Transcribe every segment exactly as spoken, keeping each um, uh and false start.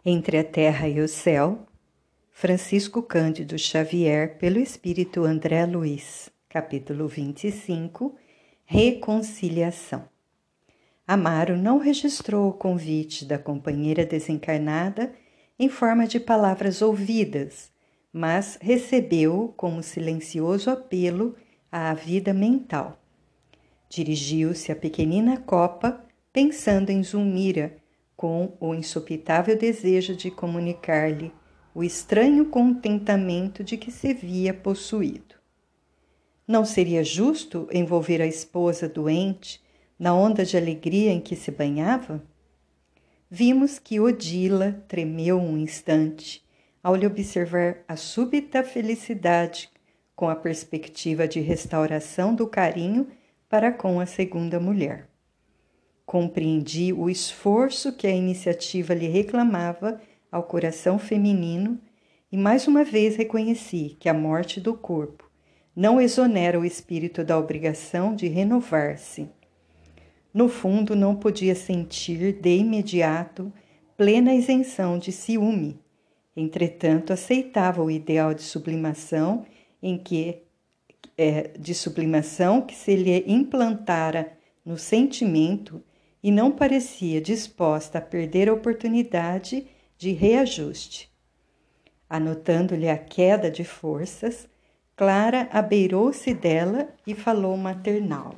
Entre a Terra e o Céu, Francisco Cândido Xavier, pelo Espírito André Luiz, capítulo vinte e cinco, Reconciliação. Amaro não registrou o convite da companheira desencarnada em forma de palavras ouvidas, mas recebeu-o como silencioso apelo à vida mental. Dirigiu-se à pequenina copa, pensando em Zulmira, com o insopitável desejo de comunicar-lhe o estranho contentamento de que se via possuído. Não seria justo envolver a esposa doente na onda de alegria em que se banhava? Vimos que Odila tremeu um instante ao lhe observar a súbita felicidade com a perspectiva de restauração do carinho para com a segunda mulher. Compreendi o esforço que a iniciativa lhe reclamava ao coração feminino e mais uma vez reconheci que a morte do corpo não exonera o espírito da obrigação de renovar-se. No fundo, não podia sentir de imediato plena isenção de ciúme. Entretanto, aceitava o ideal de sublimação em que é, de sublimação que se lhe implantara no sentimento e não parecia disposta a perder a oportunidade de reajuste. Anotando-lhe a queda de forças, Clara abeirou-se dela e falou maternal.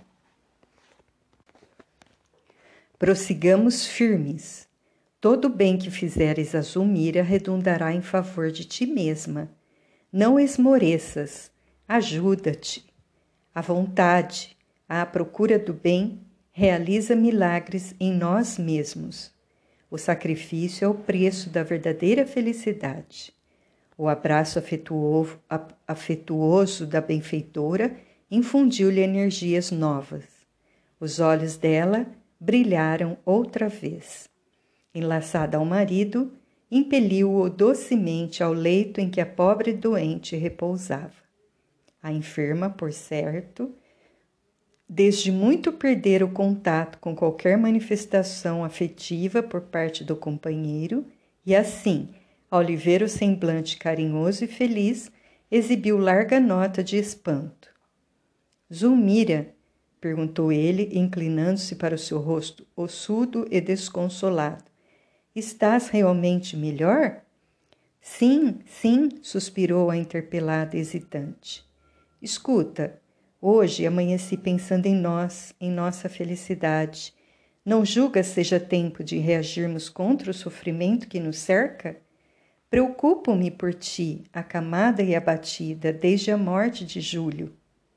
Prossigamos firmes. Todo o bem que fizeres a Zulmira redundará em favor de ti mesma. Não esmoreças, ajuda-te. A vontade, à procura do bem, realiza milagres em nós mesmos. O sacrifício é o preço da verdadeira felicidade. O abraço afetuoso, afetuoso da benfeitora infundiu-lhe energias novas. Os olhos dela brilharam outra vez. Enlaçada ao marido, impeliu-o docemente ao leito em que a pobre doente repousava. A enferma, por certo, desde muito perdera o contato com qualquer manifestação afetiva por parte do companheiro e assim, ao lhe ver o semblante carinhoso e feliz, exibiu larga nota de espanto. Zulmira, perguntou ele, inclinando-se para o seu rosto ossudo e desconsolado. Estás realmente melhor? Sim, sim, suspirou a interpelada hesitante. Escuta, hoje amanheci pensando em nós, em nossa felicidade. Não julgas seja tempo de reagirmos contra o sofrimento que nos cerca? Preocupo-me por ti, acamada e abatida desde a morte de Júlio.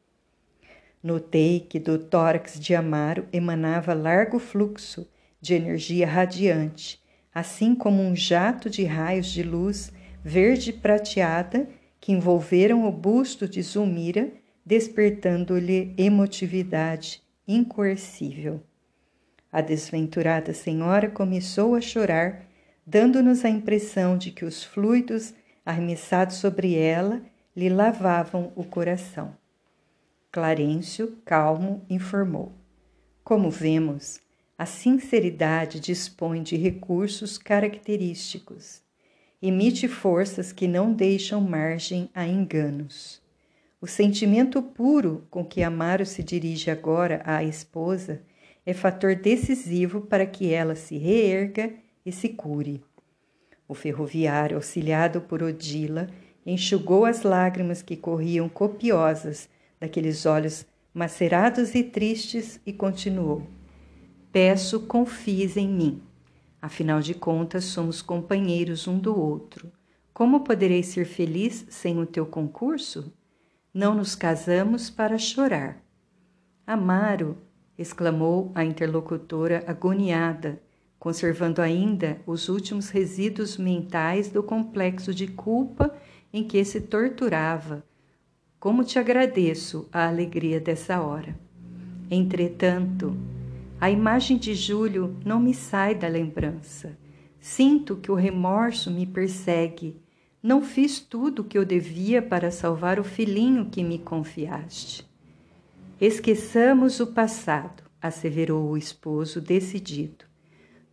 Notei que do tórax de Amaro emanava largo fluxo de energia radiante, assim como um jato de raios de luz verde prateada que envolveram o busto de Zulmira, despertando-lhe emotividade incoercível. A desventurada senhora começou a chorar, dando-nos a impressão de que os fluidos arremessados sobre ela lhe lavavam o coração. Clarencio, calmo, informou. Como vemos, a sinceridade dispõe de recursos característicos. Emite forças que não deixam margem a enganos. O sentimento puro com que Amaro se dirige agora à esposa é fator decisivo para que ela se reerga e se cure. O ferroviário, auxiliado por Odila, enxugou as lágrimas que corriam copiosas daqueles olhos macerados e tristes e continuou. Peço, confies em mim. Afinal de contas, somos companheiros um do outro. Como poderei ser feliz sem o teu concurso? Não nos casamos para chorar. Amaro, exclamou a interlocutora agoniada, conservando ainda os últimos resíduos mentais do complexo de culpa em que se torturava. Como te agradeço a alegria dessa hora. Entretanto, a imagem de Júlio não me sai da lembrança. Sinto que o remorso me persegue. Não fiz tudo o que eu devia para salvar o filhinho que me confiaste. Esqueçamos o passado, asseverou o esposo decidido.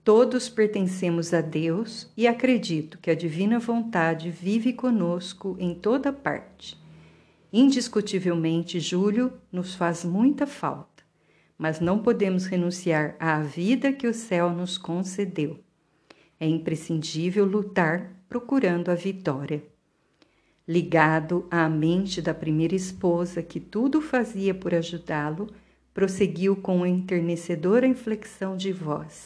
Todos pertencemos a Deus e acredito que a divina vontade vive conosco em toda parte. Indiscutivelmente, Júlio nos faz muita falta, mas não podemos renunciar à vida que o céu nos concedeu. É imprescindível lutar procurando a vitória. Ligado à mente da primeira esposa, que tudo fazia por ajudá-lo, prosseguiu com enternecedora inflexão de voz.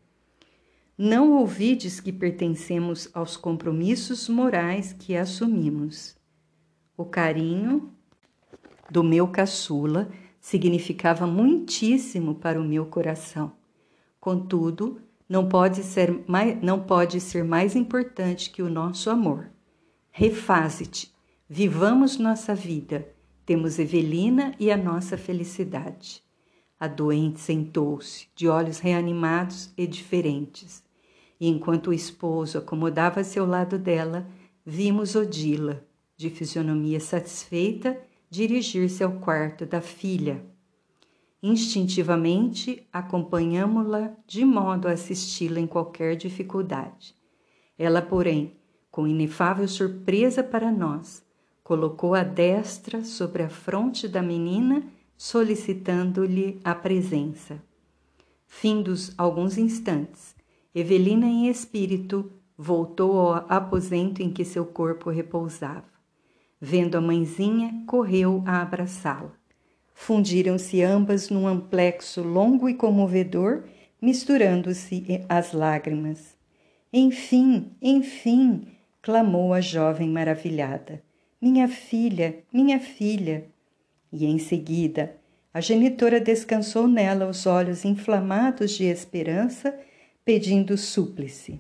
Não ouvides que pertencemos aos compromissos morais que assumimos. O carinho do meu caçula significava muitíssimo para o meu coração. Contudo, não pode ser mais, não pode ser mais importante que o nosso amor. Refaze-te, vivamos nossa vida, temos Evelina e a nossa felicidade. A doente sentou-se, de olhos reanimados e diferentes. E enquanto o esposo acomodava-se ao lado dela, vimos Odila, de fisionomia satisfeita, dirigir-se ao quarto da filha. Instintivamente, acompanhamo-la de modo a assisti-la em qualquer dificuldade. Ela, porém, com inefável surpresa para nós, colocou a destra sobre a fronte da menina, solicitando-lhe a presença. Findos alguns instantes, Evelina, em espírito, voltou ao aposento em que seu corpo repousava. Vendo a mãezinha, correu a abraçá-la. Fundiram-se ambas num amplexo longo e comovedor, misturando-se as lágrimas. Enfim, enfim, clamou a jovem maravilhada. Minha filha, minha filha. E em seguida, a genitora descansou nela os olhos inflamados de esperança, pedindo súplice.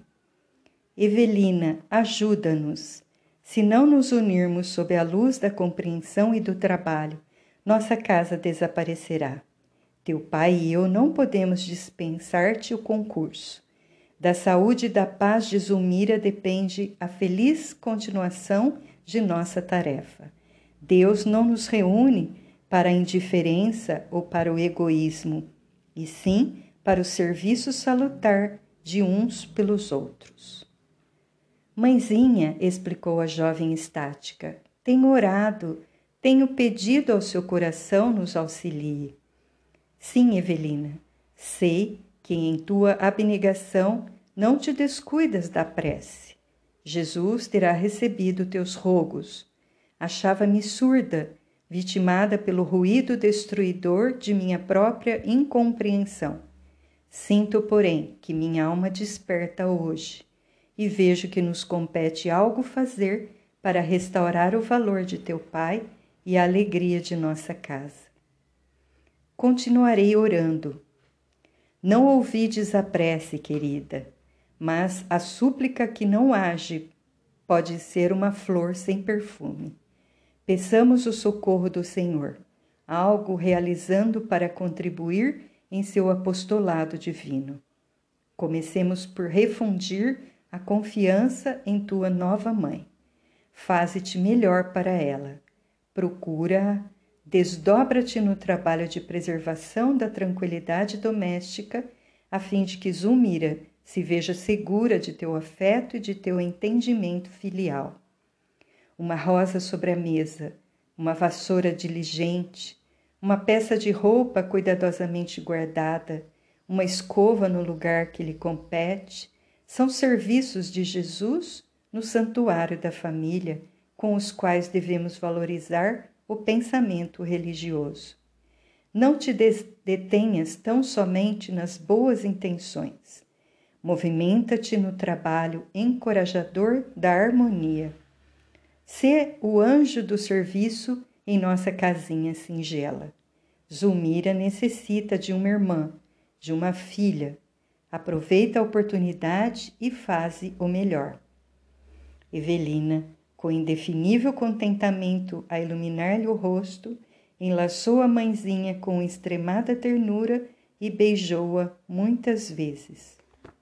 Evelina, ajuda-nos. Se não nos unirmos sob a luz da compreensão e do trabalho, nossa casa desaparecerá. Teu pai e eu não podemos dispensar-te o concurso. Da saúde e da paz de Zulmira depende a feliz continuação de nossa tarefa. Deus não nos reúne para a indiferença ou para o egoísmo, e sim para o serviço salutar de uns pelos outros. Mãezinha, explicou a jovem estática, tenho orado, tenho pedido ao seu coração nos auxilie. Sim, Evelina, sei que em tua abnegação não te descuidas da prece. Jesus terá recebido teus rogos. Achava-me surda, vitimada pelo ruído destruidor de minha própria incompreensão. Sinto, porém, que minha alma desperta hoje e vejo que nos compete algo fazer para restaurar o valor de teu pai e a alegria de nossa casa. Continuarei orando. Não ouvides a prece, querida, mas a súplica que não age pode ser uma flor sem perfume. Peçamos o socorro do Senhor, algo realizando para contribuir em seu apostolado divino. Comecemos por refundir a confiança em tua nova mãe. Faze-te melhor para ela. Procura-a, desdobra-te no trabalho de preservação da tranquilidade doméstica, a fim de que Zulmira se veja segura de teu afeto e de teu entendimento filial. Uma rosa sobre a mesa, uma vassoura diligente, uma peça de roupa cuidadosamente guardada, uma escova no lugar que lhe compete, são serviços de Jesus no santuário da família, com os quais devemos valorizar o pensamento religioso. Não te detenhas tão somente nas boas intenções. Movimenta-te no trabalho encorajador da harmonia. Sê o anjo do serviço em nossa casinha singela. Zulmira necessita de uma irmã, de uma filha. Aproveita a oportunidade e faze o melhor. Evelina, com indefinível contentamento a iluminar-lhe o rosto, enlaçou a mãezinha com extremada ternura e beijou-a muitas vezes.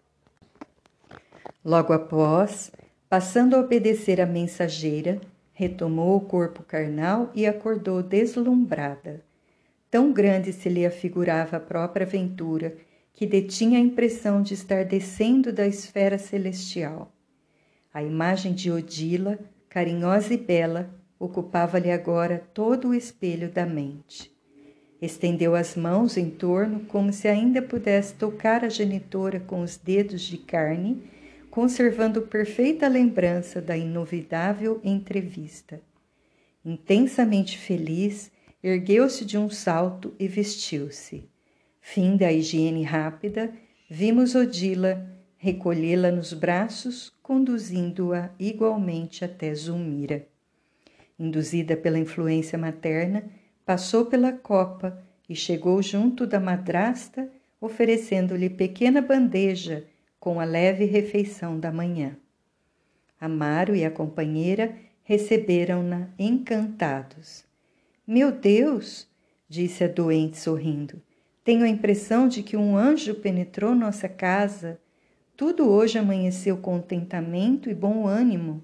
Logo após, passando a obedecer à mensageira, retomou o corpo carnal e acordou deslumbrada. Tão grande se lhe afigurava a própria aventura, que detinha a impressão de estar descendo da esfera celestial. A imagem de Odila, carinhosa e bela, ocupava-lhe agora todo o espelho da mente. Estendeu as mãos em torno como se ainda pudesse tocar a genitora com os dedos de carne, conservando perfeita lembrança da inovidável entrevista. Intensamente feliz, ergueu-se de um salto e vestiu-se. Fim da higiene rápida, vimos Odila recolhê-la nos braços, conduzindo-a igualmente até Zulmira. Induzida pela influência materna, passou pela copa e chegou junto da madrasta, oferecendo-lhe pequena bandeja com a leve refeição da manhã. Amaro e a companheira receberam-na encantados. — Meu Deus! Disse a doente sorrindo. Tenho a impressão de que um anjo penetrou nossa casa. Tudo hoje amanheceu contentamento e bom ânimo.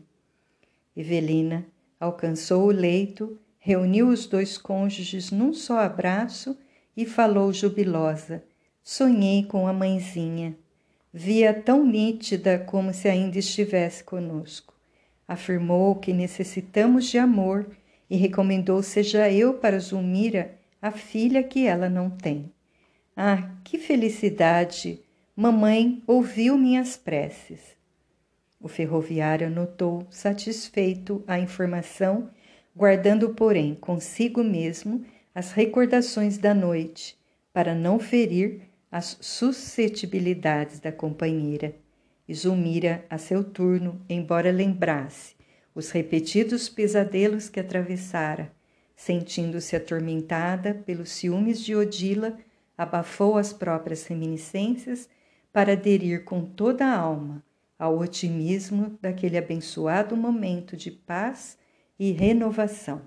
Evelina alcançou o leito, reuniu os dois cônjuges num só abraço e falou jubilosa. Sonhei com a mãezinha. Vi-a tão nítida como se ainda estivesse conosco. Afirmou que necessitamos de amor e recomendou seja eu para Zulmira a filha que ela não tem. Ah, que felicidade! Mamãe ouviu minhas preces. O ferroviário anotou, satisfeito, a informação, guardando, porém, consigo mesmo as recordações da noite, para não ferir as suscetibilidades da companheira. E Zulmira, a seu turno, embora lembrasse os repetidos pesadelos que atravessara, sentindo-se atormentada pelos ciúmes de Odila, abafou as próprias reminiscências para aderir com toda a alma ao otimismo daquele abençoado momento de paz e renovação.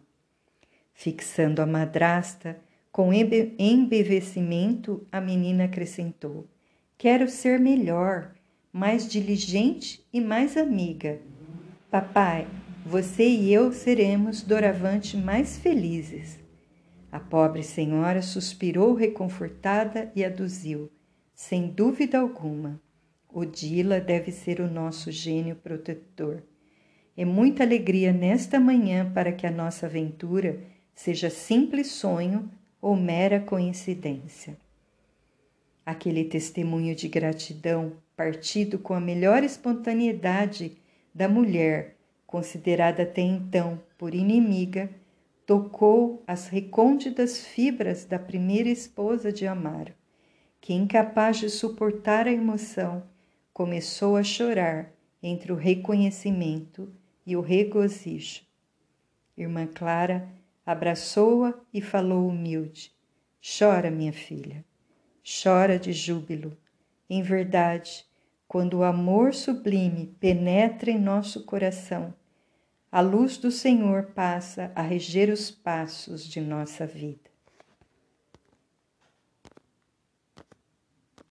Fixando a madrasta com embevecimento, a menina acrescentou: quero ser melhor, mais diligente e mais amiga. Papai, você e eu seremos doravante mais felizes. A pobre senhora suspirou reconfortada e aduziu: sem dúvida alguma, Odila deve ser o nosso gênio protetor. É muita alegria nesta manhã para que a nossa aventura seja simples sonho ou mera coincidência. Aquele testemunho de gratidão, partido com a melhor espontaneidade da mulher, considerada até então por inimiga, tocou as recônditas fibras da primeira esposa de Amaro, que, incapaz de suportar a emoção, começou a chorar entre o reconhecimento e o regozijo. Irmã Clara abraçou-a e falou humilde: chora, minha filha, chora de júbilo. Em verdade, quando o amor sublime penetra em nosso coração, a luz do Senhor passa a reger os passos de nossa vida.